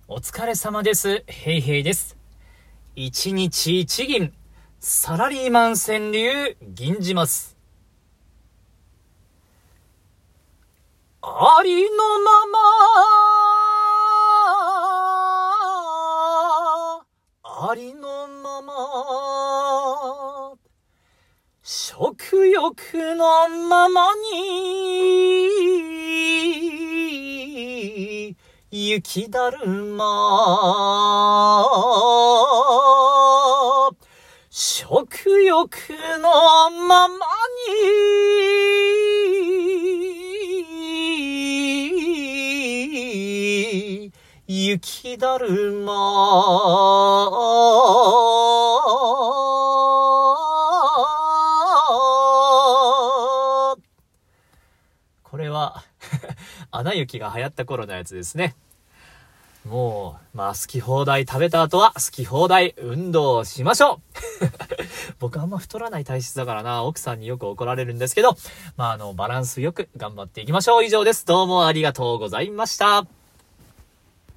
お疲れ様です。ヘイヘイです。一日一銀、サラリーマン川柳、銀じます。ありのまま、ありのまま、食欲のままに、雪だるま、食欲のままに、雪だるま。これはアナ雪が流行った頃のやつですね。もう、好き放題食べた後は好き放題運動をしましょう僕あんま太らない体質だからな、奥さんによく怒られるんですけど、バランスよく頑張っていきましょう。以上です。どうもありがとうございました。